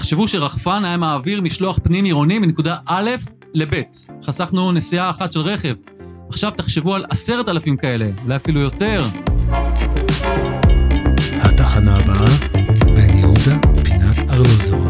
תחשבו שרחפן היה מעביר משלוח פנים עירוני מנקודה א' לב'. חסכנו נסיעה אחת של רכב. עכשיו תחשבו על 10,000 כאלה, אולי אפילו יותר. התחנה הבאה, בן יהודה, פינת ארלוזורוב.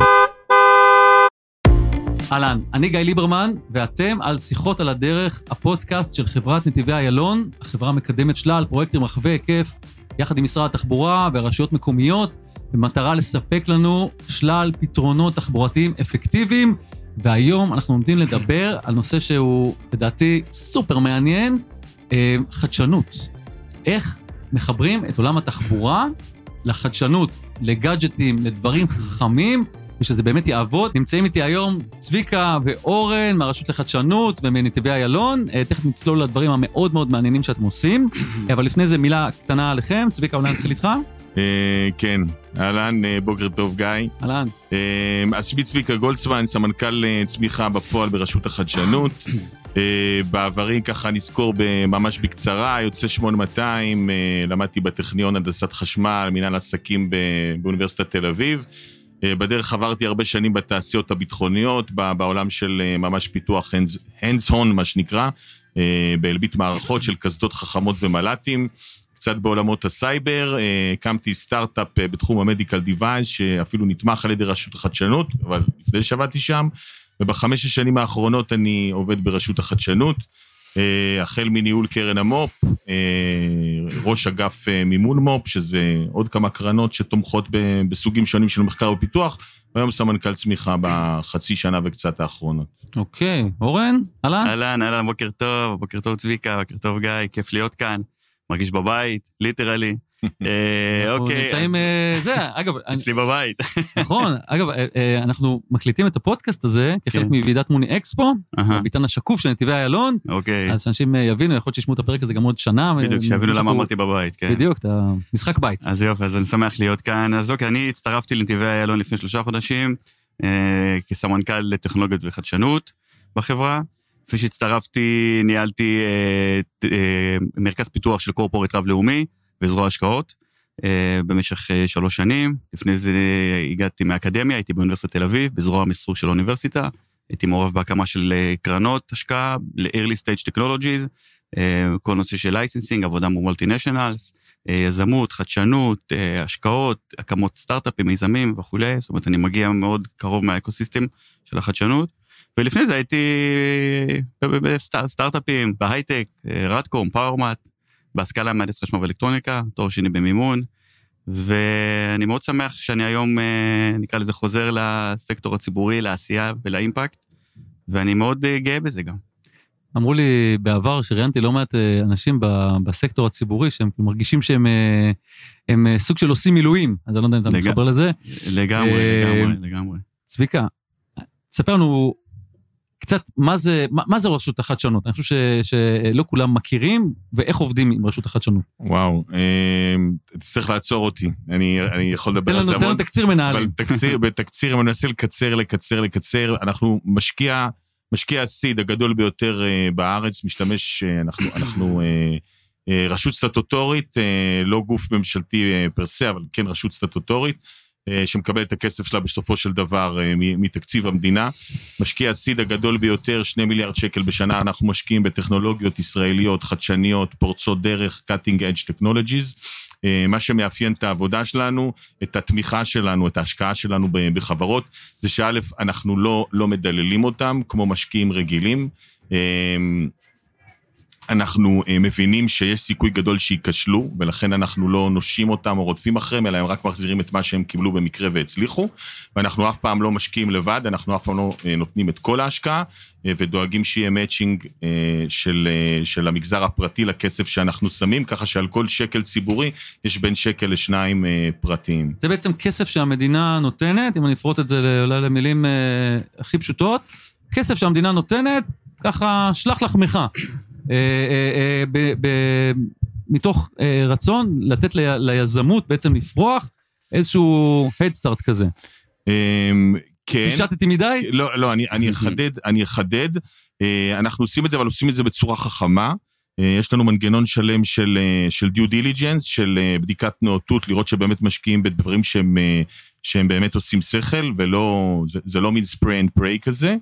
אהלן, אני גיא ליברמן, ואתם על שיחות על הדרך, הפודקאסט של חברת נתיבי איילון. החברה מקדמת שלל פרויקטים רחבי היקף, יחד עם משרד התחבורה ורשויות מקומיות, במטרה לספק לנו שלל פתרונות תחבורתיים אפקטיביים, והיום אנחנו עומדים לדבר על נושא שהוא, לדעתי, סופר מעניין, חדשנות. איך מחברים את עולם התחבורה לחדשנות, לגאדג'טים, לדברים חכמים, ושזה באמת יעבוד. נמצאים איתי היום צביקה ואורן מהרשות לחדשנות ומנתיבי איילון. תכף נצלול לדברים המאוד מאוד מעניינים שאתם עושים. אבל לפני זה מילה קטנה עליכם. צביקה, אולי נתחיל איתך? כן, אהלן, בוקר טוב גיא. אהלן. אז שמי צביקה גולדסמן, סמנכ"ל צמיחה בפועל ברשות החדשנות. בעברי ככה נזכור ממש בקצרה, יוצא 8200, למדתי בטכניון הנדסת חשמל, מנהל עסקים באוניברסיטת תל אביב. בדרך עברתי הרבה שנים בתעשיות הביטחוניות, בעולם של ממש פיתוח hands on, מה שנקרא, בהלבית מערכות של קסדות חכמות ומל"טים, קצת בעולמות הסייבר, הקמתי סטארט-אפ בתחום המדיקל דיווייס, שאפילו נתמך על ידי רשות החדשנות, אבל לפני שעבדתי שם, ובחמש השנים האחרונות אני עובד ברשות החדשנות, החל מניהול קרן המופ, ראש אגף מימון מופ, שזה עוד כמה קרנות שתומכות בסוגים שונים של מחקר ופיתוח, והיום סמנכ"ל צמיחה בחצי שנה וקצת האחרונות. אוקיי, אורן, אהלן? אהלן, בוקר טוב צביקה, בוקר טוב גיא, כיף להיות כאן, מרגיש בבית, ליטרלי. אנחנו נמצאים, אגב... אצלי בבית. נכון, אגב, אנחנו מקליטים את הפודקאסט הזה, כחלק מוועידת מוני אקספו, בביתן השקוף של נתיבי איילון, אז שאנשים יבינו, יכול להיות שישמעו את הפרק הזה גם עוד שנה. בדיוק, שיבינו למה אמרתי בבית, כן. בדיוק, את המשחק בית. אז יופי, אז אני שמח להיות כאן. אז אוקיי, אני הצטרפתי לנתיבי איילון לפני 3 חודשים, כסמנכ"ל לטכנולוגיות וחדשנות בחברה. לפני שהצטרפתי, ניהלתי מרכז פיתוח של קורפורט רב-לאומי, וזרוע השקעות, במשך 3 שנים. לפני זה הגעתי מהאקדמיה, הייתי באוניברסיטת תל אביב, בזרוע המסחור של האוניברסיטה, הייתי מעורב בהקמה של קרנות השקעה, ל-early stage technologies, כל נושא של לייסנסינג, עבודה מול מולטינשיונלס, יזמות, חדשנות, השקעות, הקמות סטארט-אפים, מיזמים וכו'. זאת אומרת, אני מגיע מאוד קרוב מהאקוסיסטם של החדשנות, ולפני זה הייתי בסטארט-אפים, בהייטק, רדקום, פאורמט, בהשכלה מהנדס חשמל ואלקטרוניקה, תואר שני במימון, ואני מאוד שמח שאני היום, נקרא לזה, חוזר לסקטור הציבורי, לעשייה ולאימפקט, ואני מאוד גאה בזה גם. אמרו לי בעבר שראיינתי לא מעט אנשים בסקטור הציבורי, שהם מרגישים שהם סוג של עושים מילואים, אז אני לא יודע אם אתה מתחבר לזה. לגמרי. צביקה, תספר לנו קצת מה זה רשות החדשנות? אני חושב שלא כולם מכירים, ואיך עובדים עם רשות החדשנות. וואו, צריך לעצור אותי, אני יכול לדבר על זה המון. תן לנו תקציר מנהלים. בתקציר, אני מנסה לקצר, אנחנו משקיע הסיד הגדול ביותר בארץ, אנחנו רשות סטטוטורית, לא גוף ממשלתי פרסה, אבל כן רשות סטטוטורית, שמקבל את הכסף שלה בסופו של דבר מתקציב המדינה. משקיע הסיד הגדול ביותר, 2 מיליארד שקל בשנה, אנחנו משקיעים בטכנולוגיות ישראליות, חדשניות, פורצות דרך, cutting edge technologies, מה שמאפיין את העבודה שלנו, את התמיכה שלנו, את ההשקעה שלנו בחברות, זה שא' אנחנו לא מדללים אותם, כמו משקיעים רגילים, אנחנו מבינים שיש סיכוי גדול שיקשלו, ולכן אנחנו לא נושים אותם או רודפים אחריהם, אלא הם רק מחזירים את מה שהם קיבלו במקרה והצליחו, ואנחנו אף פעם לא משקיעים לבד, אנחנו אף פעם לא נותנים את כל ההשקעה, ודואגים שיהיה מאצ'ינג של המגזר הפרטי לכסף שאנחנו שמים, ככה שעל כל שקל ציבורי יש בין שקל ל2 פרטיים. זה בעצם כסף שהמדינה נותנת, אם אני אפרוט את זה אולי למילים הכי פשוטות, כסף שהמדינה נותנת, ככה שלח לחמך. מתוך רצון לתת ליזמות בעצם לפרוח איזשהו head start כזה. כן. פישטתי מדי? לא, אני אחדד. אנחנו עושים את זה, אבל עושים את זה בצורה חכמה. יש לנו מנגנון שלם של due diligence, של בדיקת נאותות, לראות שבאמת משקיעים בדברים שהם באמת עושים שכל, זה לא מין spray and pray כזה,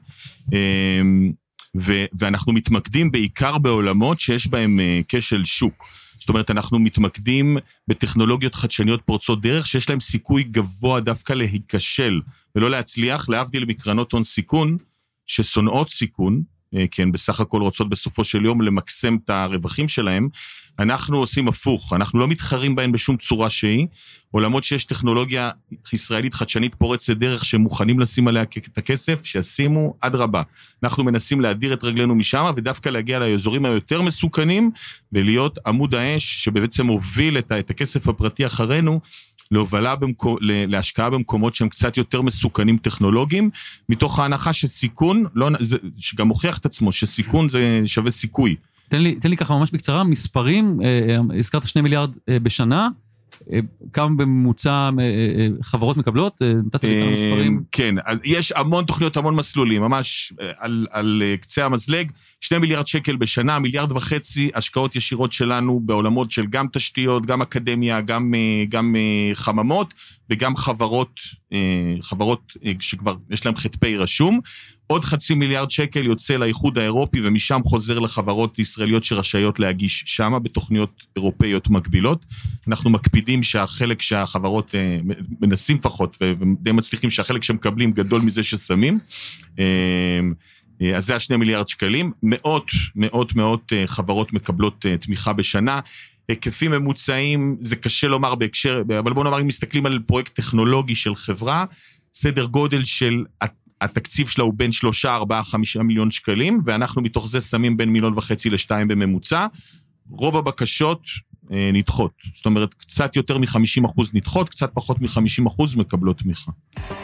ואנחנו מתמקדים בעיקר בעולמות שיש בהם כשל שוק. זאת אומרת, אנחנו מתמקדים בטכנולוגיות חדשניות פורצות דרך, שיש להם סיכוי גבוה דווקא להיכשל, ולא להצליח, להבדיל מקרנות הון סיכון, ששונאות סיכון, כי הן בסך הכל רוצות בסופו של יום למקסם את הרווחים שלהם, אנחנו עושים הפוך, אנחנו לא מתחרים בהן בשום צורה שהיא, עולמות שיש טכנולוגיה ישראלית חדשנית פורצת דרך, שמוכנים לשים עליה את הכסף, שישימו עד רבה. אנחנו מנסים להדיר את רגלינו משם, ודווקא להגיע לאזורים היותר מסוכנים, ולהיות עמוד האש, שבעצם הוביל את הכסף הפרטי אחרינו, להשקעה במקומות שהם קצת יותר מסוכנים טכנולוגיים, מתוך ההנחה שסיכון, שגם מוכיח את עצמו, שסיכון זה שווה סיכוי. תן לי ככה ממש בקצרה, מספרים, הזכרת 2 מיליארד בשנה, כמה בממוצע חברות מקבלות, נתת לי כמה מספרים? כן, אז יש המון תוכניות, המון מסלולים, ממש על קצה המזלג, 2 מיליארד שקל בשנה, 1.5 מיליארד השקעות ישירות שלנו בעולמות של גם תשתיות, גם אקדמיה, גם חממות, וגם חברות שכבר יש להם חטפי רשום, עוד 0.5 מיליארד שקל יוצא לאיחוד האירופי, ומשם חוזר לחברות ישראליות שרשאיות להגיש שמה, בתוכניות אירופאיות מקבילות. אנחנו מקפידים שהחלק שהחברות מנסים פחות, ודי מצליחים שהחלק שמקבלים גדול מזה ששמים. אז זה 2 מיליארד שקלים. מאות חברות מקבלות תמיכה בשנה. היקפים ממוצעים, זה קשה לומר בהקשר, אבל בואו נאמר, אם מסתכלים על פרויקט טכנולוגי של חברה, סדר גודל של התקציב שלה הוא בין 3, 4, 5 מיליון שקלים, ואנחנו מתוך זה שמים בין 1.5 מיליון ל2 בממוצע. רוב הבקשות נדחות, זאת אומרת, קצת יותר מ-50% נדחות, קצת פחות מ-50% מקבלות תמיכה.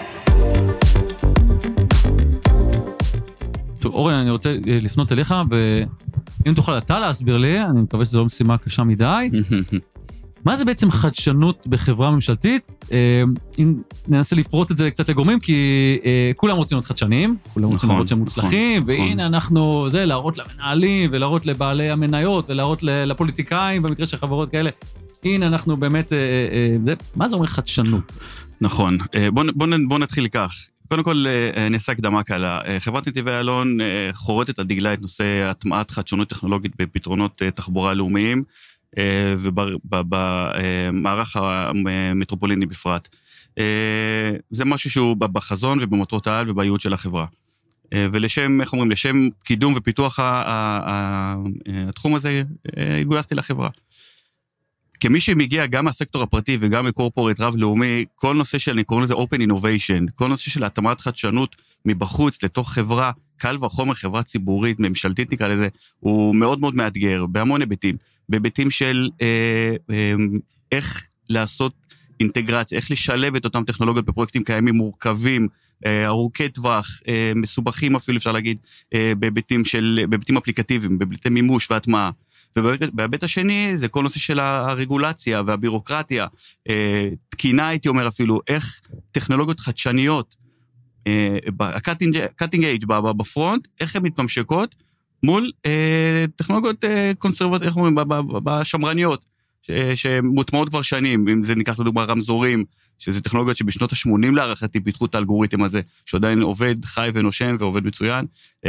טוב, אורן, אני רוצה לפנות אליך, ואם תוכל אתה להסביר לי, אני מקווה שזו לא משימה קשה מדי, מה זה בעצם חדשנות בחברה ממשלתית? אם ננסה לפרוט את זה קצת לגורמים, כי כולם רוצים להיות חדשנים, כולם רוצים לראות שהם מוצלחים, והנה אנחנו, להראות למנהלים, ולהראות לבעלי המניות, ולהראות לפוליטיקאים, במקרה של חברות כאלה, הנה אנחנו באמת, מה זה אומר חדשנות? נכון, בוא נתחיל כך. קודם כל, נעשה הקדמה קלה. חברת נתיבי איילון חורטת על דגלה את נושא הטמעת חדשנות טכנולוגית בפתרונות תחבורה לאומיים, ובמערך המטרופוליני בפרט. זה משהו שהוא בחזון ובמטרות העל ובייעוד של החברה. ולשם, איך אומרים, לשם קידום ופיתוח התחום הזה, התגויסתי לחברה. כמי שמגיע גם מהסקטור הפרטי וגם מקורפורט רב-לאומי, כל נושא של, אני קורא לזה Open Innovation, כל נושא של התאמת חדשנות מבחוץ לתוך חברה, קל וחומר חברה ציבורית, ממשלתית נקרא לזה, הוא מאוד מאוד מאתגר, בהמון היבטים. בהיבטים של איך לעשות אינטגרציה, איך לשלב את אותם טכנולוגיות בפרויקטים קיימים מורכבים, ארוכי טווח, מסובכים אפילו אפשר להגיד, בהיבטים אפליקטיביים, בהיבטי מימוש והטמעה. ובהיבט השני זה כל נושא של הרגולציה והבירוקרטיה, תקינה הייתי אומר אפילו, איך טכנולוגיות חדשניות, cutting edge בפרונט, איך הן מתממשקות מול טכנולוגיות קונסרבטיביות, איך אומרים, בשמרניות, שמוטמעות כבר שנים, אם זה ניקח לדוגמה רמזורים, שזה טכנולוגיות שבשנות ה-80 להערכתי פיתחו את האלגוריתם הזה, שעדיין עובד, חי ונושם ועובד מצוין,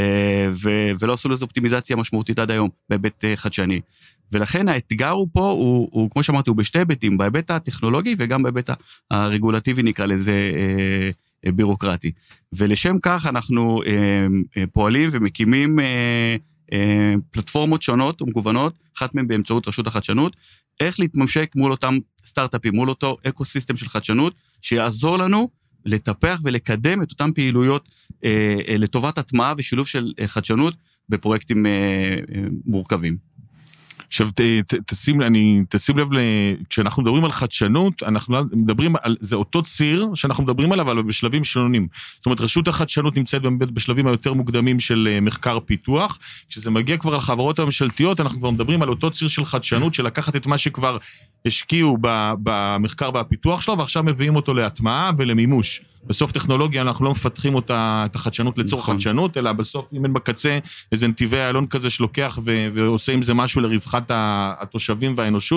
ולא עשו לזה אופטימיזציה משמעותית עד היום, בהיבט חדשני. ולכן האתגר הוא פה, הוא כמו שאמרתי, הוא בשתי היבטים, בהיבט הטכנולוגי וגם בהיבט הרגולטיבי נקרא לזה בירוקרטי. ולשם כך אנחנו פועלים ומקימים פלטפורמות שונות ומגוונות, אחת מהן באמצעות רשות החדשנות, איך להתממשק מול אותם סטארט-אפים, מול אותו אקוסיסטם של חדשנות, שיעזור לנו לטפח ולקדם את אותם פעילויות לטובת הטמעה ושילוב של חדשנות בפרויקטים מורכבים. עכשיו, תשים לב, כשאנחנו מדברים על חדשנות, אנחנו מדברים על, זה אותו ציר שאנחנו מדברים עליו, אבל בשלבים שונים. זאת אומרת, רשות החדשנות נמצאת בשלבים היותר מוקדמים של מחקר פיתוח, כשזה מגיע כבר לחברות הממשלתיות, אנחנו כבר מדברים על אותו ציר של חדשנות, של לקחת את מה שכבר השקיעו במחקר והפיתוח שלו, ועכשיו מביאים אותו להטמעה ולמימוש. בסוף טכנולוגיה אנחנו לא מפתחים אותה, את החדשנות לצורך חדשנות, אלא בסוף אם אין בקצה איזה נתיבי איילון כזה שלוקח ועושה עם זה משהו לרווחת התושבים והאנושות,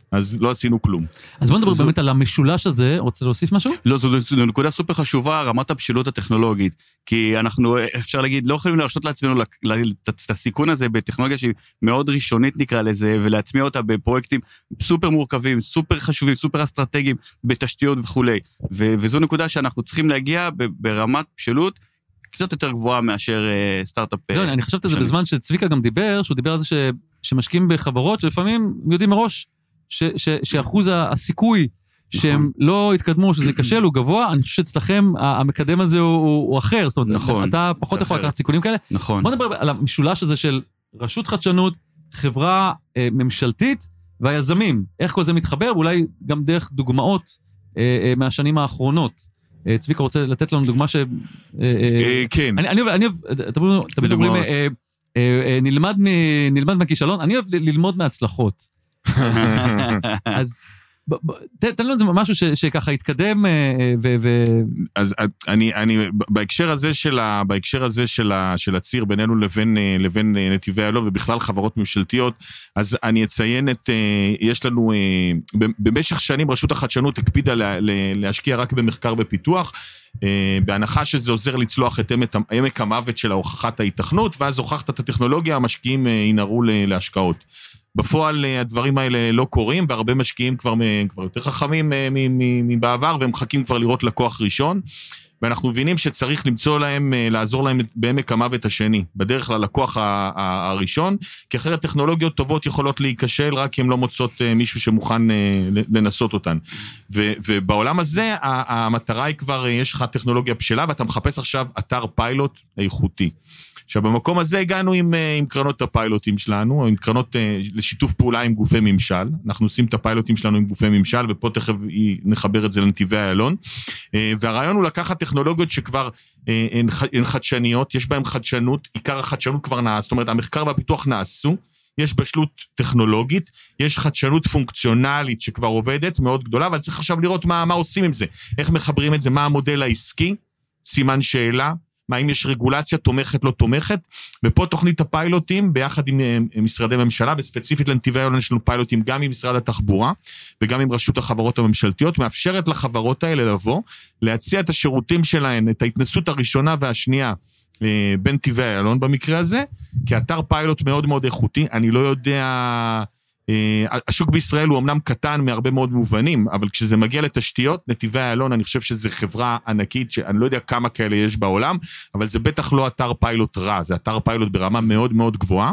אז לא עשינו כלום. אז בוא נדבר באמת על המשולש הזה, רוצה להוסיף משהו? לא, זו נקודה סופר חשובה, רמת הבשילות הטכנולוגית, כי אנחנו, אפשר להגיד, לא יכולים להרשות לעצמנו את הסיכון הזה בטכנולוגיה שהיא מאוד ראשונית נקרא לזה, ולהטמיע אותה בפרויקטים סופר מורכבים, סופר חשובים, סופר אסטרטגיים, בתשתיות וכו'. וזו נקודה שאנחנו צריכים להגיע ברמת בשילות, קצת יותר גבוהה מאשר סטארט-אפ. זהו, אני חשבתי את זה בזמן שצביקה גם דיבר, שהוא דיבר על זה שמשקיעים בחברות, שלפעמים יודעים מראש שאחוז הסיכוי שהם לא יתקדמו, שזה ייכשל, הוא גבוה, אני חושב שאצלכם המקדם הזה הוא אחר, זאת אומרת, אתה פחות יכול לקחת סיכונים כאלה. נכון. בוא נדבר על המשולש הזה של רשות חדשנות, חברה ממשלתית והיזמים, איך כל זה מתחבר, ואולי גם דרך דוגמאות מהשנים האחרונות. צביקה רוצה לתת לנו דוגמה ש... כן. אני אוהב, תמיד אומרים, נלמד מהכישלון, אני אוהב ללמוד מההצלחות. אז תן לנו איזה משהו שככה יתקדם אז אני בהקשר הזה של הציר בינינו לבין נתיבי איילון ובכלל חברות ממשלתיות, אז אני אציין יש לנו במשך שנים רשות החדשנות הקפידה להשקיע רק במחקר ופיתוח, בהנחה שזה עוזר לצלוח את עמק המוות של הוכחת ההיתכנות, ואז הוכחת את הטכנולוגיה, המשקיעים ינערו להשקעות. בפועל הדברים האלה לא קורים, והרבה משקיעים כבר יותר חכמים מבעבר, והם מחכים כבר לראות לקוח ראשון, ואנחנו מבינים שצריך לעזור להם בעמק המוות השני, בדרך ללקוח הראשון, כי אחרת טכנולוגיות טובות יכולות להיכשל, רק כי הן לא מוצאות מישהו שמוכן לנסות אותן. ובעולם הזה, המטרה היא כבר, יש לך טכנולוגיה בשלה, ואתה מחפש עכשיו אתר פיילוט איכותי. עכשיו, במקום הזה הגענו עם קרנות הפיילוטים שלנו, או עם קרנות לשיתוף פעולה עם גופי ממשל. אנחנו עושים את הפיילוטים שלנו עם גופי ממשל, ופה תכף נחבר את זה לנתיבי איילון. והרעיון הוא לקחת טכנולוגיות שכבר הן חדשניות, יש בהן חדשנות, עיקר החדשנות כבר נעשה, זאת אומרת, המחקר והפיתוח נעשו, יש בשלות טכנולוגית, יש חדשנות פונקציונלית שכבר עובדת, מאוד גדולה, אבל צריך עכשיו לראות מה עושים עם זה, איך מחברים את זה, מה המודל העסקי, סימן שאלה, מה אם יש רגולציה תומכת, לא תומכת, ופה תוכנית הפיילוטים, ביחד עם משרדי ממשלה, וספציפית לנתיבי איילון יש לנו פיילוטים גם עם משרד התחבורה, וגם עם רשות החברות הממשלתיות, מאפשרת לחברות האלה לבוא, להציע את השירותים שלהן, את ההתנסות הראשונה והשנייה, בנתיבי איילון במקרה הזה, כאתר פיילוט מאוד מאוד איכותי, אני לא יודע... השוק בישראל הוא אמנם קטן מהרבה מאוד מובנים, אבל כשזה מגיע לתשתיות, נתיבי איילון, אני חושב שזו חברה ענקית, שאני לא יודע כמה כאלה יש בעולם, אבל זה בטח לא אתר פיילוט רע, זה אתר פיילוט ברמה מאוד מאוד גבוהה.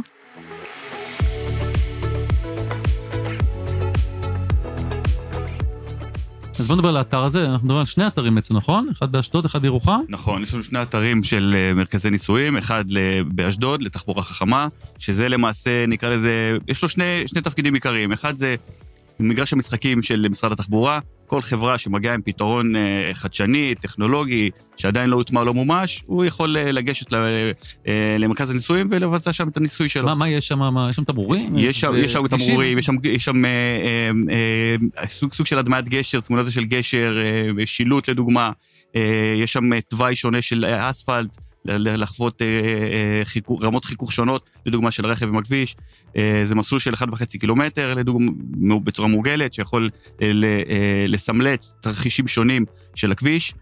אז בוא נדבר על האתר הזה, אנחנו מדברים על שני אתרים בעצם, נכון? אחד באשדוד, אחד בירוחם? נכון, יש לנו שני אתרים של מרכזי ניסויים, אחד באשדוד, לתחבורה חכמה, שזה למעשה, נקרא לזה, יש לו שני תפקידים עיקריים, אחד זה מגרש המשחקים של משרד התחבורה, כל חברה שמגיעה עם פתרון חדשני, טכנולוגי, שעדיין לא הוטמע, לא מומש, הוא יכול לגשת למרכז הניסויים ולבצע שם את הניסוי שלו. מה יש שם? יש שם תמרורים? יש שם תמרורים, יש שם סוג של הדמיית גשר, תמונה של גשר, שילוט לדוגמה, יש שם תוואי שונה של אספלט, לחוות רמות חיכוך שונות, לדוגמה של רכב עם הכביש, זה מסלול של 1.5 קילומטר, בצורה מורגלת, שיכול לסמלץ תרחישים שונים של הכביש,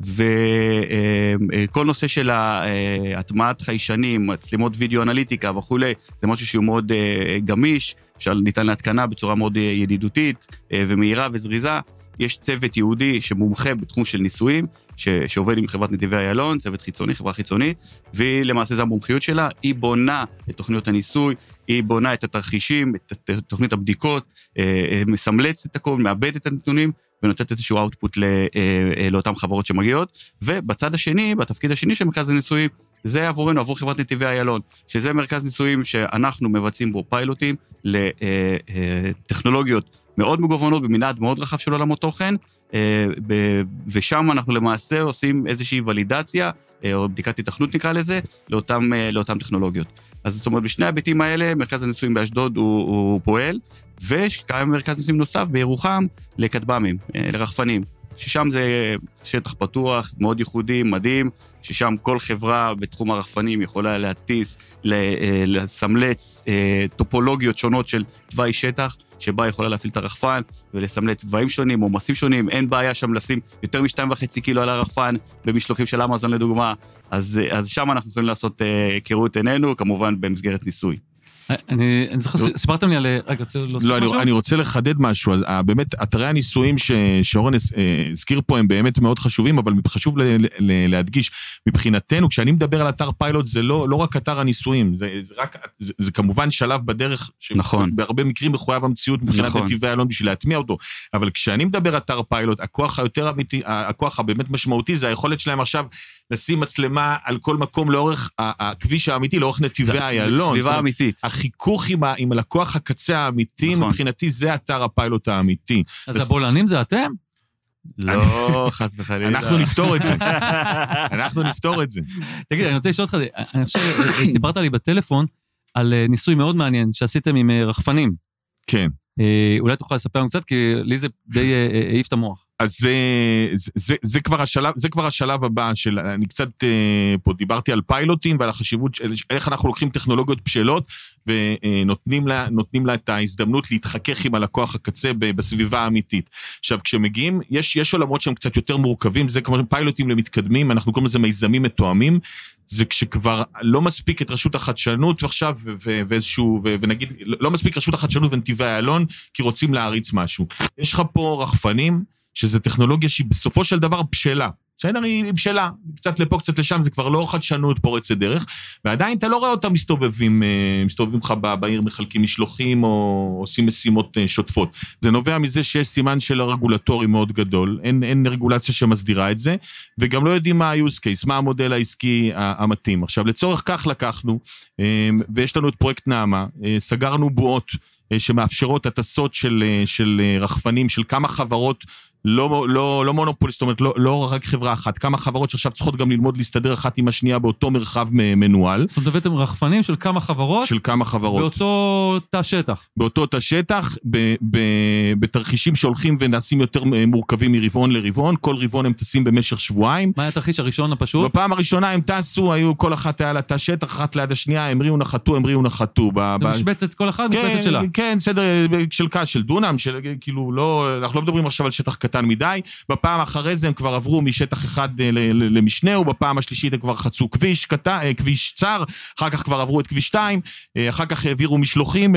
וכל נושא של הטמעת חיישנים, מצלמות וידאו אנליטיקה וכו', זה משהו שהוא מאוד גמיש, ניתן להתקנה בצורה מאוד ידידותית ומהירה וזריזה, יש צוות יהודי שמומחה בתחום של ניסויים, שעובד עם חברת נתיבי איילון, צוות חיצוני, חברה חיצונית, והיא למעשה זו המומחיות שלה, היא בונה את תוכניות הניסוי, היא בונה את התרחישים, את תוכנית הבדיקות, מסמלץ את הכל, מאבד את הנתונים, ונותנת איזשהו אאוטפוט לאותן חברות שמגיעות, ובצד השני, בתפקיד השני של מרכז הניסויים, זה עבורנו, עבור חברת נתיבי איילון, שזה מרכז ניסויים שאנחנו מבצעים בו פיילוטים לטכנולוגיות מאוד מגוונות, במנעד מאוד רחב של עולמות תוכן, ושם אנחנו למעשה עושים איזושהי ולידציה, או בדיקת התכנות נקרא לזה, לאותם טכנולוגיות. אז זאת אומרת, בשני ההיבטים האלה, מרכז הניסויים באשדוד הוא פועל, וקיים מרכז ניסויים נוסף בירוחם לכטב"מים, לרחפנים. ששם זה שטח פתוח, מאוד ייחודי, מדהים, ששם כל חברה בתחום הרחפנים יכולה להטיס, לסמלץ טופולוגיות שונות של תוואי שטח, שבה יכולה להפעיל את הרחפן, ולסמלץ צבעים שונים או מסים שונים, אין בעיה שם לשים יותר מ2.5 קילו על הרחפן, במשלוחים של אמזון לדוגמה, אז שם אנחנו יכולים לעשות כראות עינינו, כמובן במסגרת ניסוי. אני זוכר, סיפרתם לי על... רגע, רוצה להוסיף משהו? לא, אני רוצה לחדד משהו. באמת, אתרי הניסויים שאורן הזכיר פה הם באמת מאוד חשובים, אבל חשוב להדגיש, מבחינתנו, כשאני מדבר על אתר פיילוט, זה לא רק אתר הניסויים, זה כמובן שלב בדרך, שבהרבה מקרים מחויב המציאות מבחינת נתיבי איילון בשביל להטמיע אותו, אבל כשאני מדבר אתר פיילוט, הכוח היותר אמיתי, הכוח הבאמת משמעותי, זה היכולת שלהם עכשיו לשים מצלמה על כל מקום לאורך הכביש האמיתי, לאורך נתיבי איילון. סביבה אמיתית. החיכוך עם הלקוח הקצה האמיתי, מבחינתי זה אתר הפיילוט האמיתי. אז הבולענים זה אתם? לא, חס וחלילה. אנחנו נפתור את זה. תגיד, אני רוצה לשאול אותך, אני חושב, סיפרת לי בטלפון על ניסוי מאוד מעניין שעשיתם עם רחפנים. כן. אולי תוכל לספר לנו קצת, כי לי זה די העיף את המוח. אז זה כבר השלב הבא של, אני קצת פה דיברתי על פיילוטים ועל החשיבות, איך אנחנו לוקחים טכנולוגיות בשלות, ונותנים לה את ההזדמנות להתחכך עם הלקוח הקצה בסביבה האמיתית. עכשיו, כשמגיעים, יש עולמות שהם קצת יותר מורכבים, זה כמו פיילוטים למתקדמים, אנחנו קוראים לזה מיזמים מתואמים, זה כשכבר לא מספיק את רשות החדשנות, ועכשיו, ונגיד, לא מספיק רשות החדשנות ונתיבי איילון, כי רוצים להריץ משהו. יש לך פה רחפנים, שזו טכנולוגיה שהיא בסופו של דבר בשלה. בסדר, היא בשלה. קצת לפה, קצת לשם, זה כבר לא חדשנות פורצת דרך, ועדיין אתה לא רואה אותם מסתובבים לך בעיר, מחלקים משלוחים, או עושים משימות שוטפות. זה נובע מזה שיש סימן של הרגולטורי מאוד גדול, אין רגולציה שמסדירה את זה, וגם לא יודעים מה ה-use case, מה המודל העסקי המתאים. עכשיו, לצורך כך לקחנו, ויש לנו את פרויקט נעמה, סגרנו בועות, שמאפשרות הטסות של רחפנים, של כמה חברות, לא מונופול, זאת אומרת, לא רק חברה אחת, כמה חברות שעכשיו צריכות גם ללמוד להסתדר אחת עם השנייה באותו מרחב מנוהל. זאת אומרת, הבאתם רחפנים של כמה חברות? של כמה חברות. באותו תא שטח. באותו תא שטח, בתרחישים שהולכים ונעשים יותר מורכבים מרבעון לרבעון, כל רבעון הם טסים במשך שבועיים. מה היה התרחיש הראשון הפשוט? בפעם הראשונה הם טסו, היו כל אחת היה לה תא שטח, אחת ליד השנייה, המריאו נחתו. משבצת כל אחד, משבצת שלה. כן, סדר של דונם, כאילו אנחנו לא מדברים עכשיו על שטח קטן מדי, בפעם אחרי זה הם כבר עברו משטח אחד למשנה, ובפעם השלישית הם כבר חצו כביש צר, אחר כך כבר עברו את כביש 2, אחר כך העבירו משלוחים,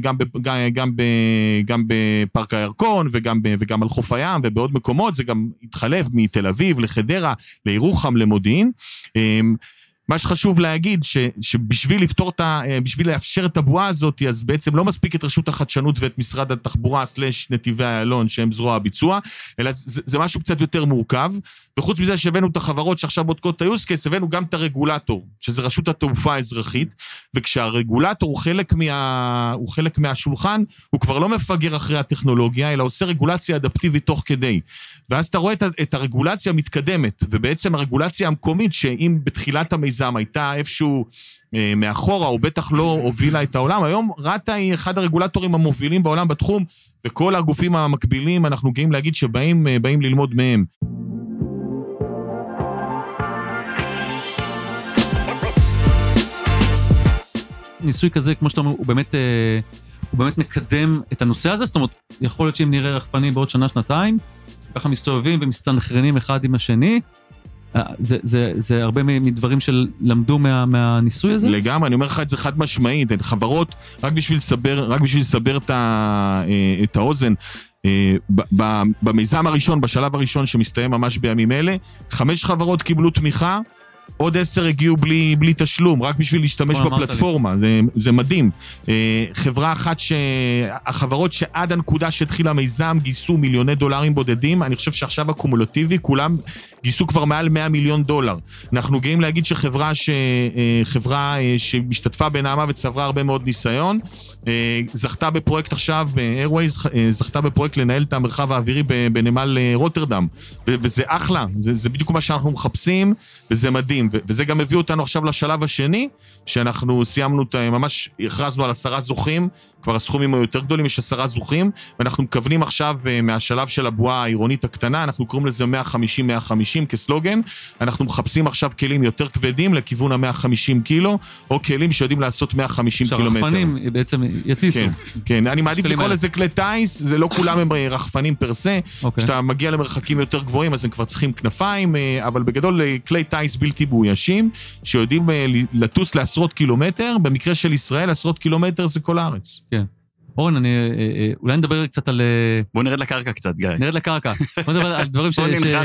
גם בפארק הירקון, וגם על חוף הים, ובעוד מקומות, זה גם התחלף מתל אביב לחדרה, לירוחם, למודיעין. מה שחשוב להגיד, שבשביל בשביל לאפשר את הבועה הזאת, אז בעצם לא מספיק את רשות החדשנות ואת משרד התחבורה / נתיבי איילון, שהם זרוע הביצוע, אלא זה משהו קצת יותר מורכב, וחוץ מזה שהבאנו את החברות שעכשיו בודקות את ה-use case, הבאנו גם את הרגולטור, שזה רשות התעופה האזרחית, וכשהרגולטור הוא חלק מהשולחן, הוא כבר לא מפגר אחרי הטכנולוגיה, אלא עושה רגולציה אדפטיבית תוך כדי. ואז אתה רואה את הרגולציה המתקדמת, ובעצם הרגולציה המקומית, שאם בתחילת המיזם הייתה איפשהו מאחורה, או בטח לא הובילה את העולם, היום רת"א היא אחד הרגולטורים המובילים בעולם בתחום, וכל הגופים המקבילים, אנחנו גאים להגיד שבאים ללמוד מהם. ניסוי כזה, כמו שאתה אומר, הוא באמת מקדם את הנושא הזה, זאת אומרת, יכול להיות שאם נראה רחפנים בעוד שנה-שנתיים, ככה מסתובבים ומסתנכרנים אחד עם השני, זה הרבה מדברים שלמדו מהניסוי הזה? לגמרי, אני אומר לך את זה חד משמעית, חברות, רק בשביל לסבר את האוזן, במיזם הראשון, בשלב הראשון שמסתיים ממש בימים אלה, 5 חברות קיבלו תמיכה, עוד 10 הגיעו בלי תשלום, רק בשביל להשתמש בפלטפורמה, זה מדהים. חברה אחת החברות שעד הנקודה שהתחילה המיזם גייסו $מיליוני בודדים, אני חושב שעכשיו הקומולטיבי, כולם גייסו כבר מעל $100 מיליון. אנחנו גאים להגיד שחברה שמשתתפה בנעמה וצברה הרבה מאוד ניסיון, זכתה בפרויקט עכשיו, Airways, זכתה בפרויקט לנהל את המרחב האווירי בנמל רוטרדם, וזה אחלה, זה בדיוק מה שאנחנו מחפשים, וזה מדהים, וזה גם הביא אותנו עכשיו לשלב השני, שאנחנו סיימנו, ממש הכרזנו על 10 זוכים, כבר הסכומים היו יותר גדולים, יש 10 זוכים, ואנחנו מכוונים עכשיו מהשלב של הבועה העירונית הקטנה, אנחנו קוראים לזה 150-150 כסלוגן, אנחנו מחפשים עכשיו כלים יותר כבדים לכיוון ה-150 קילו, או כלים שיודעים לעשות 150 קילומטר. שהרחפנים בעצם יטיסו. כן, אני מעדיף לקרוא לזה כלי טייס, זה לא כולם הם רחפנים פרסה, כשאתה מגיע למרחקים יותר גבוהים, אז הם כבר צריכים כנפיים, אבל בגדול כלי טייס בלתי מאוישים, שיודעים לטוס לעשרות קילומטר, במקרה של ישראל, עשרות קילומטר זה כל הארץ. כן. אורן, אולי נדבר קצת על... בוא נרד לקרקע קצת, גיא. נרד לקרקע. בוא נדבר על דברים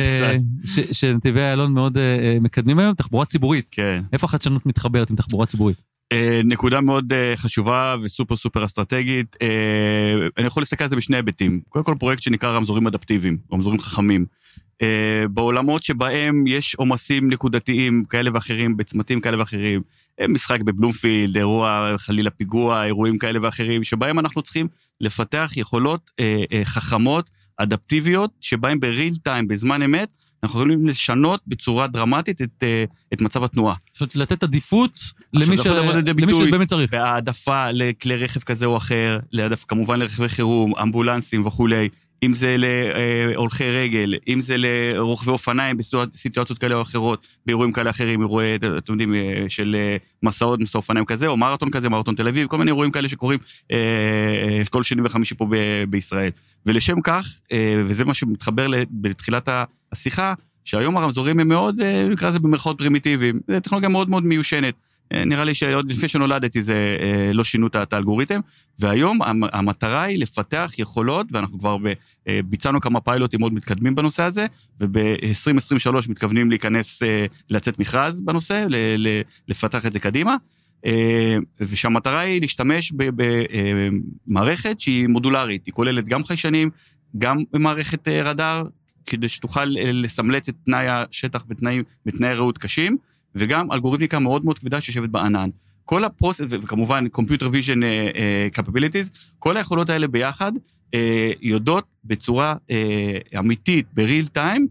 שנתיבי איילון מאוד מקדמים היום, תחבורה ציבורית. כן. איפה החדשנות מתחברת עם תחבורה ציבורית? נקודה מאוד חשובה וסופר סופר אסטרטגית. אני יכול להסתכל על זה בשני היבטים. קודם כל פרויקט שנקרא רמזורים אדפטיביים, רמזורים חכמים. בעולמות שבהם יש עומסים נקודתיים כאלה ואחרים, בצמתים כאלה ואחרים, משחק בבלומפילד, אירוע חלילה פיגוע, אירועים כאלה ואחרים, שבהם אנחנו צריכים לפתח יכולות חכמות, אדפטיביות, שבהם בריל טיים, בזמן אמת, אנחנו יכולים לשנות בצורה דרמטית את מצב התנועה. זאת אומרת, לתת עדיפות למי שבאמת צריך. בהעדפה לכלי רכב כזה או אחר, כמובן לרכבי חירום, אמבולנסים וכולי, אם זה להולכי רגל, אם זה לרוכבי אופניים בסיטואציות כאלה או אחרות, באירועים כאלה אחרים, אירועי, אתם יודעים, של מסעות, מסע אופניים כזה, או מרתון כזה, מרתון תל אביב, כל מיני אירועים כאלה שקורים כל שני וחמישי פה בישראל. ולשם כך, וזה מה שמתחבר בתחילת השיחה, שהיום הרמזורים הם מאוד, נקרא זה במרכאות פרימיטיביים, זו טכנולוגיה מאוד מאוד מיושנת. נראה לי שעוד לפני שנולדתי זה לא שינו את האלגוריתם, והיום המטרה היא לפתח יכולות, ואנחנו כבר ביצענו כמה פיילוטים מאוד מתקדמים בנושא הזה, וב-2023 מתכוונים להיכנס, לצאת מכרז בנושא, לפתח את זה קדימה, ושהמטרה היא להשתמש במערכת שהיא מודולרית, היא כוללת גם חיישנים, גם מערכת רדאר, כדי שתוכל לסמלץ את תנאי השטח בתנאי ראות קשים, וגם אלגוריתמיקה מאוד מאוד כבדה שיושבת בענן. כל הפרוסס, וכמובן Computer Vision Capabilities, כל היכולות האלה ביחד, יודעות בצורה אמיתית, בריל טיים,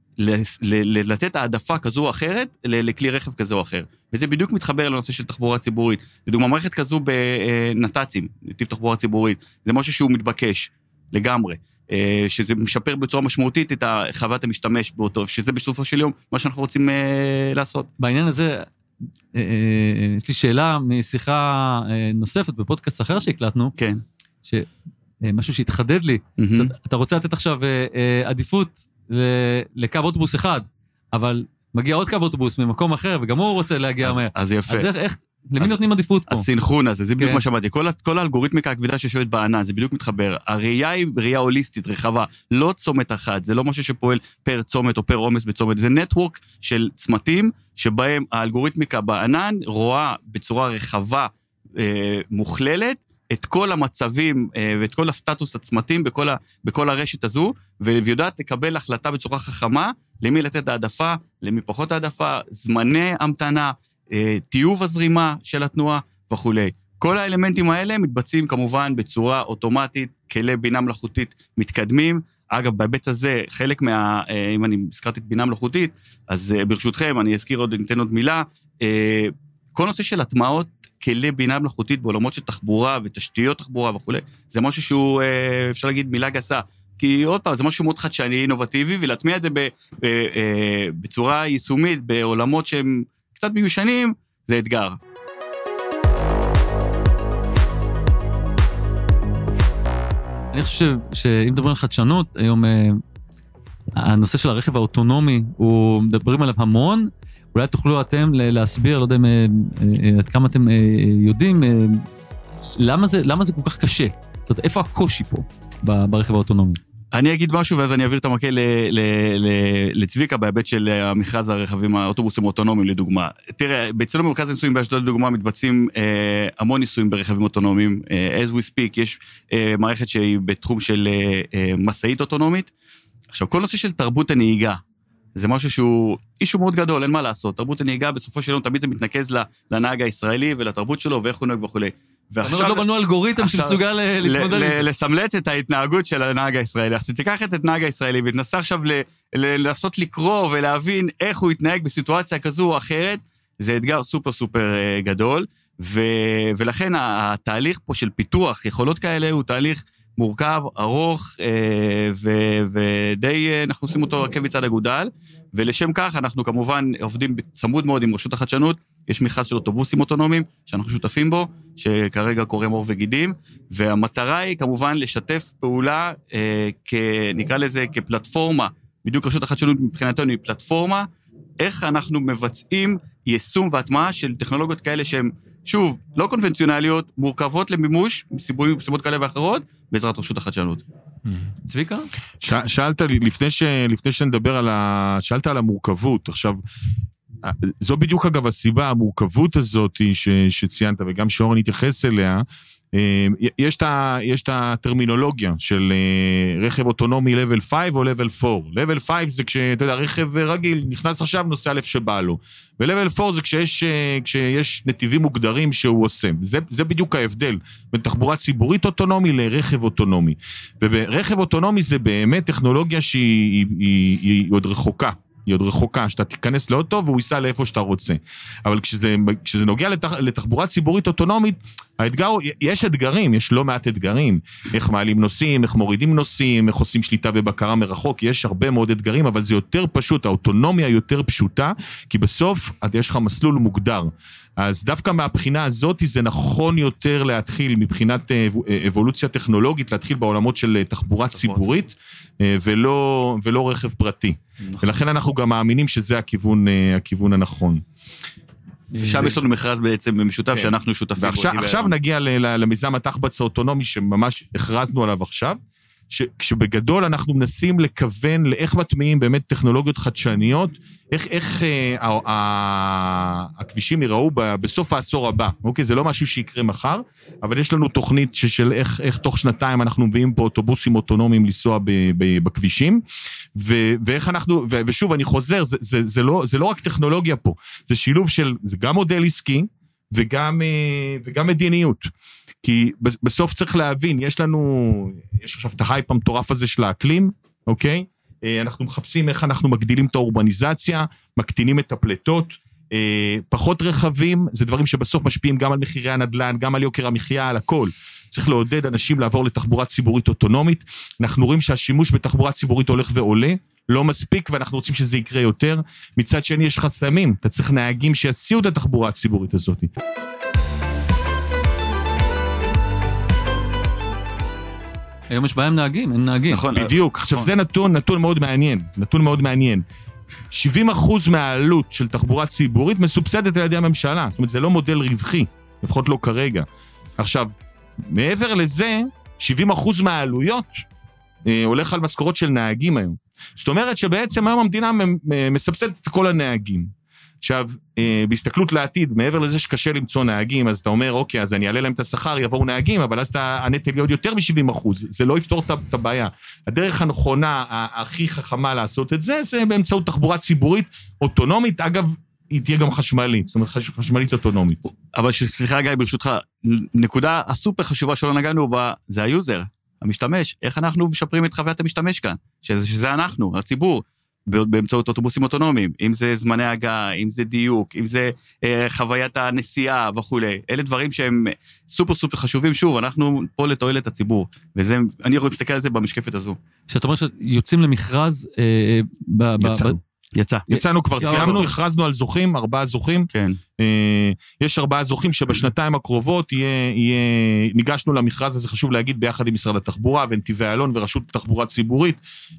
לתת העדפה כזו או אחרת, לכלי רכב כזה או אחר. וזה בדיוק מתחבר לנושא של תחבורה ציבורית. לדוגמה, מערכת כזו בנת"צים, נתיב תחבורה ציבורית, זה משהו שהוא מתבקש לגמרי. שזה משפר בצורה משמעותית את חוויית המשתמש באותו, שזה בסופו של יום מה שאנחנו רוצים לעשות. בעניין הזה, יש לי שאלה משיחה נוספת בפודקאסט אחר שהקלטנו, כן. משהו שהתחדד לי, אתה רוצה לתת עכשיו עדיפות לקו אוטובוס אחד, אבל מגיע עוד קו אוטובוס ממקום אחר, וגם הוא רוצה להגיע מהר. אז יפה. אז איך, למי נותנים עדיפות פה? הסינכרון הזה, זה בדיוק מה שאמרתי. כל האלגוריתמיקה הכבדה שיושבת בענן, זה בדיוק מתחבר. הראייה היא ראייה הוליסטית, רחבה, לא צומת אחת, זה לא משהו שפועל פר צומת או פר עומס בצומת, זה נטוורק של צמתים, שבהם האלגוריתמיקה בענן רואה בצורה רחבה מוכללת, את כל המצבים ואת כל הסטטוס הצמתים בכל הרשת הזו, ויודעת לקבל החלטה בצורה חכמה, למי לתת העדפה, למי פחות העדפה, זמני המתנה, טיוב הזרימה של התנועה וכו'. כל האלמנטים האלה מתבצעים כמובן בצורה אוטומטית, כלי בינה מלאכותית מתקדמים. אגב, בהיבט הזה, חלק אם אני הזכרתי את בינה מלאכותית, אז ברשותכם, אני אזכיר עוד, ניתן עוד מילה, כל נושא של הטמעות, כלי בינה מלאכותית בעולמות של תחבורה ותשתיות תחבורה וכו', זה משהו שהוא, אפשר להגיד, מילה גסה. כי עוד פעם, זה משהו מאוד חדשני, אינובטיבי, ולהטמיע את זה בצורה יישומית, בעולמות שהם קצת מיושנים, זה אתגר. אני חושב שאם מדברים על חדשנות, היום הנושא של הרכב האוטונומי, מדברים עליו המון, אולי תוכלו אתם להסביר, לא יודע עד כמה אתם יודעים, למה זה כל כך קשה? זאת אומרת, איפה הקושי פה ברכב האוטונומי? אני אגיד משהו, ואז אני אעביר את המקל לצביקה, בהיבט של המכרז הרכבים, האוטובוסים האוטונומיים, לדוגמה. תראה, אצלנו במרכז הניסויים באשדוד, לדוגמה, מתבצעים המון ניסויים ברכבים אוטונומיים. As we speak, יש מערכת שהיא בתחום של מסעית אוטונומית. עכשיו, כל נושא של תרבות הנהיגה, זה משהו שהוא אישו מאוד גדול, אין מה לעשות. תרבות הנהיגה, בסופו של יום, תמיד זה מתנקז לנהג הישראלי ולתרבות שלו, ואיך הוא נוהג וכו'. ועכשיו לא בנו אלגוריתם שמסוגל להתמודד עם זה. לסמלץ את ההתנהגות של הנהג הישראלי. אז תיקח את הנהג הישראלי, ותנסה עכשיו לנסות לקרוא ולהבין איך הוא יתנהג בסיטואציה כזו או אחרת, זה אתגר סופר סופר גדול, ולכן התהליך פה של פיתוח יכולות כאלה הוא תהליך מורכב, ארוך, ודי אנחנו עושים אותו עקב בצד אגודל, ולשם כך אנחנו כמובן עובדים צמוד מאוד עם רשות החדשנות, יש מכרז של אוטובוסים אוטונומיים שאנחנו שותפים בו, שכרגע קוראים עור וגידים, והמטרה היא כמובן לשתף פעולה, נקרא לזה כפלטפורמה, בדיוק רשות החדשנות מבחינתנו היא פלטפורמה, איך אנחנו מבצעים יישום והטמעה של טכנולוגיות כאלה שהן, שוב, לא קונבנציונליות, מורכבות למימוש, מסיבות כאלה ואחרות, בעזרת רשות החדשנות. צביקה? שאלת לי, לפני שנדבר שאלת על המורכבות, עכשיו, זו בדיוק אגב הסיבה, המורכבות הזאת שציינת, וגם שאורן התייחס אליה, יש את הטרמינולוגיה של רכב אוטונומי level 5 או level 4. level 5 זה כשאתה יודע, רכב רגיל נכנס עכשיו, נוסע אלף שבא לו. ו-level 4 זה כשיש נתיבים מוגדרים שהוא עושה. זה בדיוק ההבדל בין תחבורה ציבורית אוטונומי לרכב אוטונומי. וברכב אוטונומי זה באמת טכנולוגיה שהיא עוד רחוקה. היא עוד רחוקה, שאתה תיכנס לאוטו והוא ייסע לאיפה שאתה רוצה. אבל כשזה נוגע לתחבורה ציבורית אוטונומית, יש אתגרים, יש לא מעט אתגרים. איך מעלים נוסעים, איך מורידים נוסעים, איך עושים שליטה ובקרה מרחוק, יש הרבה מאוד אתגרים, אבל זה יותר פשוט, האוטונומיה יותר פשוטה, כי בסוף יש לך מסלול מוגדר. אז דווקא מהבחינה הזאת זה נכון יותר להתחיל מבחינת אבולוציה טכנולוגית, להתחיל בעולמות של תחבורה ציבורית, ולא רכב פרטי. ולכן אנחנו גם מאמינים שזה הכיוון הנכון. שם יש לנו מכרז בעצם משותף שאנחנו שותפים. ועכשיו נגיע למיזם התחבץ האוטונומי שממש הכרזנו עליו עכשיו, כשבגדול אנחנו מנסים לכוון לאיך מטמיעים באמת טכנולוגיות חדשניות, איך הכבישים ייראו בסוף העשור הבא. אוקיי, זה לא משהו שיקרה מחר, אבל יש לנו תוכנית של איך תוך שנתיים אנחנו מביאים פה אוטובוסים אוטונומיים לנסוע בכבישים, ואיך אנחנו, ושוב אני חוזר, זה לא רק טכנולוגיה פה, זה שילוב של, זה גם מודל עסקי, וגם מדיניות. כי בסוף צריך להבין, יש עכשיו את ההייפ המטורף הזה של האקלים, אוקיי? אנחנו מחפשים איך אנחנו מגדילים את האורבניזציה, מקטינים את הפלטות, פחות רכבים, זה דברים שבסוף משפיעים גם על מחירי הנדל"ן, גם על יוקר המחיה, על הכל. צריך לעודד אנשים לעבור לתחבורה ציבורית אוטונומית, אנחנו רואים שהשימוש בתחבורה ציבורית הולך ועולה, לא מספיק, ואנחנו רוצים שזה יקרה יותר. מצד שני יש חסמים, אתה צריך נהגים שיסיעו את התחבורה הציבורית הזאת. היום יש בהם נהגים, אין נהגים. נכון, בדיוק. עכשיו זה נתון מאוד מעניין. 70% מהעלות של תחבורה ציבורית מסובסדת על ידי הממשלה. זאת אומרת, זה לא מודל רווחי, לפחות לא כרגע. עכשיו, מעבר לזה, 70% מהעלויות הולך על משכורות של נהגים היום. זאת אומרת שבעצם היום המדינה מסבסדת את כל הנהגים. עכשיו, בהסתכלות לעתיד, מעבר לזה שקשה למצוא נהגים, אז אתה אומר, אוקיי, אז אני אעלה להם את השכר, יבואו נהגים, אבל אז הנטל יהיה עוד יותר מ-70%, זה לא יפתור את הבעיה. הדרך הנכונה, הכי חכמה לעשות את זה, זה באמצעות תחבורה ציבורית אוטונומית, אגב, היא תהיה גם חשמלית, זאת אומרת, חשמלית אוטונומית. אבל סליחה גיא, ברשותך, נקודה הסופר חשובה שלא נגענו בה, זה היוזר, המשתמש, איך אנחנו משפרים את חוויית המשתמש כאן, שזה אנחנו, הציבור, באמצעות אוטובוסים אוטונומיים, אם זה זמני הגעה, אם זה דיוק, אם זה חוויית הנסיעה וכו'. אלה דברים שהם סופר סופר חשובים. שוב, אנחנו פה לתועלת הציבור, וזה, אני יכול להסתכל על זה במשקפת הזו. שאתה אומר שיוצאים למכרז, יצאנו כבר, סיימנו, הכרזנו על זוכים, 4 זוכים. כן. יש 4 זוכים שבשנתיים הקרובות ניגשנו למכרז הזה, חשוב להגיד, ביחד עם משרד התחבורה, ונתיבי איילון ורשות תחבורה ציבורית,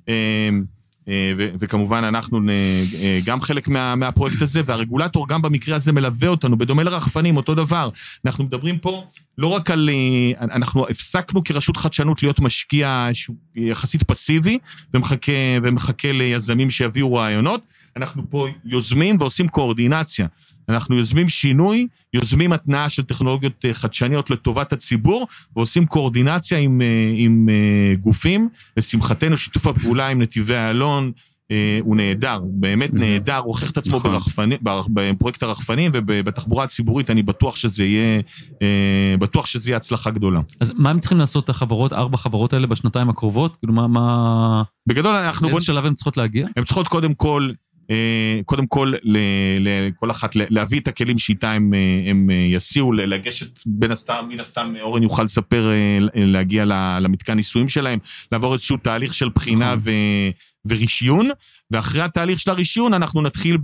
וכמובן אנחנו גם חלק מהפרויקט הזה, והרגולטור גם במקרה הזה מלווה אותנו, בדומה לרחפנים, אותו דבר. אנחנו מדברים פה לא רק על, אנחנו הפסקנו כרשות חדשנות להיות משקיע יחסית פסיבי, ומחכה ליזמים שיביאו רעיונות, אנחנו פה יוזמים ועושים קואורדינציה. אנחנו יוזמים שינוי, יוזמים התנאה של טכנולוגיות חדשניות לטובת הציבור, ועושים קואורדינציה עם גופים, לשמחתנו שיתוף הפעולה עם נתיבי איילון, הוא נהדר, באמת נהדר, הוא הוכיח את עצמו בפרויקט הרחפנים, ובתחבורה הציבורית אני בטוח שזה יהיה הצלחה גדולה. אז מה הם צריכים לעשות החברות, 4 חברות האלה בשנתיים הקרובות? כאילו מה... בגדול אנחנו... לאיזה שלב הן צריכות להגיע? הן צריכות קודם כל לכל אחת להביא את הכלים שאיתה הם יסיעו, לגשת מן הסתם אורן יוכל לספר, להגיע למתקן ניסויים שלהם, לעבור איזשהו תהליך של בחינה ורישיון, ואחרי התהליך של הרישיון אנחנו נתחיל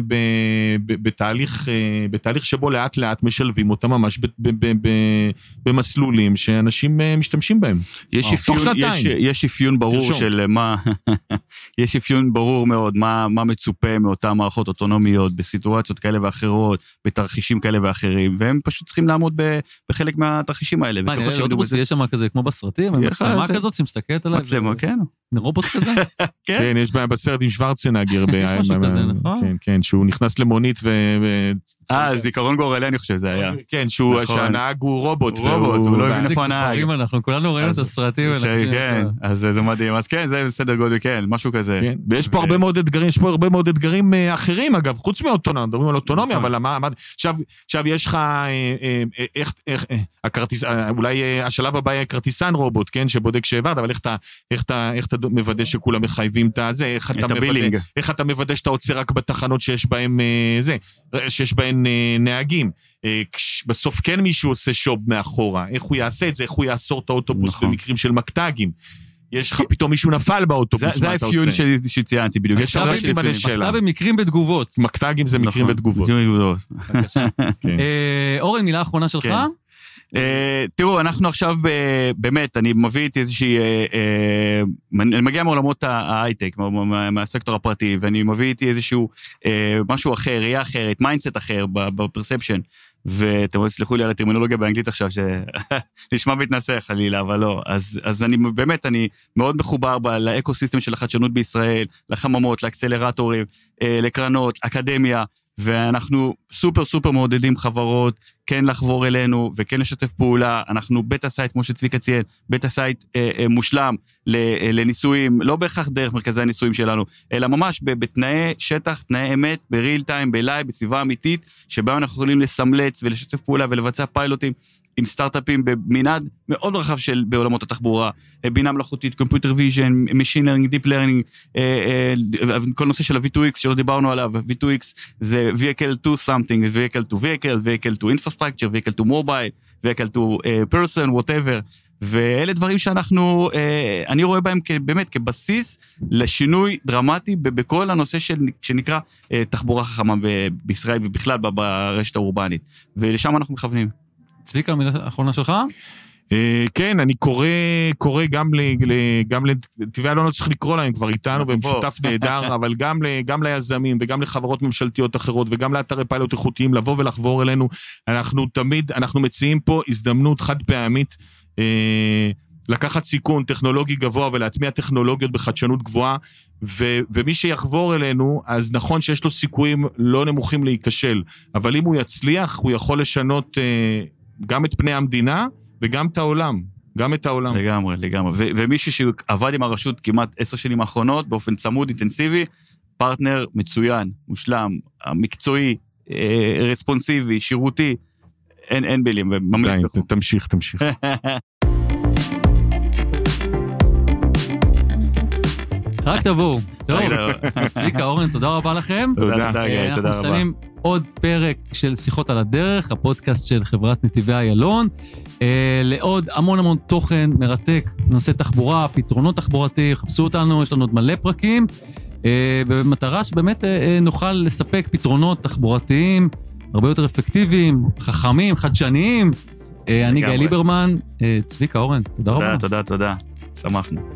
בתהליך שבו לאט לאט משלבים אותם ממש במסלולים שאנשים משתמשים בהם. יש אפיון ברור של מה, יש אפיון ברור מאוד מה מצופה מאותן מערכות אוטונומיות בסיטואציות כאלה ואחרות, בתרחישים כאלה ואחרים, והם פשוט צריכים לעמוד בחלק מהתרחישים האלה. מה, נראה לאוטובוס יש שם כזה כמו בסרטים, מצלמה כזאת שמסתכלת עליי. מצלמה, כן. רובוט כזה? כן, יש בסרט עם שוורצנגר. יש משהו כזה, נכון? כן, כן, שהוא נכנס למונית זיכרון גורלי, אני חושב שזה היה. כן, שהנהג הוא רובוט. הוא לא הבין איפה הנהג. אנחנו כולנו ראינו את הסרטים האלה. כן, אז זה מדהים. אז כן, זה בסדר גודל, כן, משהו כזה. ויש פה הרבה מאוד אתגרים אחרים, אגב, חוץ מאוטונומיה, מדברים על אוטונומיה, אבל עכשיו יש לך, אולי השלב הבא יהיה כרטיסן רובוט, כן, שבודק שהעברת, אבל איך אתה מוודא שכולם מחייבים את זה, איך אתה מוודא שאתה עוצר רק בתחנות שיש בהן נהגים, בסוף כן מישהו עושה שוב מאחורה, איך הוא יעשה את זה, איך הוא יאסור את האוטובוס במקרים של מקטגים, יש לך פתאום מישהו נפל באוטובוס, זה האפיון שציינתי בדיוק. מקטע במקרים בתגובות. מקטגים זה מקרים בתגובות. אורן, מילה האחרונה שלך? תראו, אנחנו עכשיו, באמת, אני מביא איתי איזושהי, אני מגיע מעולמות ההייטק, מהסקטור הפרטי, ואני מביא איתי איזשהו משהו אחר, ראייה אחרת, מיינדסט אחר בפרספשן, ואתם תסלחו לי על הטרמינולוגיה באנגלית עכשיו, שנשמע מתנסה חלילה, אבל לא. אז אני באמת, אני מאוד מחובר לאקוסיסטם של החדשנות בישראל, לחממות, לאקסלרטורים, לקרנות, אקדמיה, ואנחנו סופר סופר מעודדים חברות, כן לחבור אלינו וכן לשתף פעולה, אנחנו בטה סייט, כמו שצביקה ציין, בטה סייט מושלם לניסויים, לא בהכרח דרך מרכזי הניסויים שלנו, אלא ממש בתנאי שטח, תנאי אמת, בריל טיים, בלייב, בסביבה אמיתית, שבה אנחנו יכולים לסמלץ ולשתף פעולה ולבצע פיילוטים, עם סטארט-אפים במנעד מאוד רחב בעולמות התחבורה, בינה מלאכותית, Computer Vision, Machine Learning, Deep Learning, כל נושא של ה-V2X שלא דיברנו עליו, V2X זה Vehicle to something, Vehicle to Vehicle, Vehicle to Infrastructure, Vehicle to Mobile, Vehicle to Person, whatever, ואלה דברים שאנחנו, אני רואה בהם באמת כבסיס לשינוי דרמטי בכל הנושא שנקרא תחבורה חכמה בישראל ובכלל ברשת האורבנית, ולשם אנחנו מכוונים. צביקה, המילה האחרונה שלך? כן, אני קורא גם לנתיבי איילון, לא צריך לקרוא להם כבר איתנו, והם שותף נהדר, אבל גם ליזמים וגם לחברות ממשלתיות אחרות, וגם לאתרי פיילוט איכותיים, לבוא ולחבור אלינו. אנחנו מציעים פה הזדמנות חד פעמית, לקחת סיכון טכנולוגי גבוה, ולהטמיע טכנולוגיות בחדשנות גבוהה, ומי שיחבור אלינו, אז נכון שיש לו סיכויים לא נמוכים להיכשל, אבל אם הוא יצליח, הוא יכול לשנות גם את פני המדינה, וגם את העולם, גם את העולם. לגמרי. ומישהו שעבד עם הרשות כמעט 10 שנים האחרונות, באופן צמוד, אינטנסיבי, פרטנר מצוין, מושלם, מקצועי, רספונסיבי, שירותי, אין בילים, ממליץ לכם. תמשיך. רק תבואו. טוב, צביקה, אורן, תודה רבה לכם. תודה. אנחנו מסיימים עוד פרק של שיחות על הדרך, הפודקאסט של חברת נתיבי איילון, לעוד המון תוכן מרתק, נושא תחבורה, פתרונות תחבורתי, חפשו אותנו, יש לנו עוד מלא פרקים, במטרה שבאמת נוכל לספק פתרונות תחבורתיים, הרבה יותר אפקטיביים, חכמים, חדשניים. אני גיא ליברמן, צביקה, אורן, תודה רבה. תודה, שמחנו.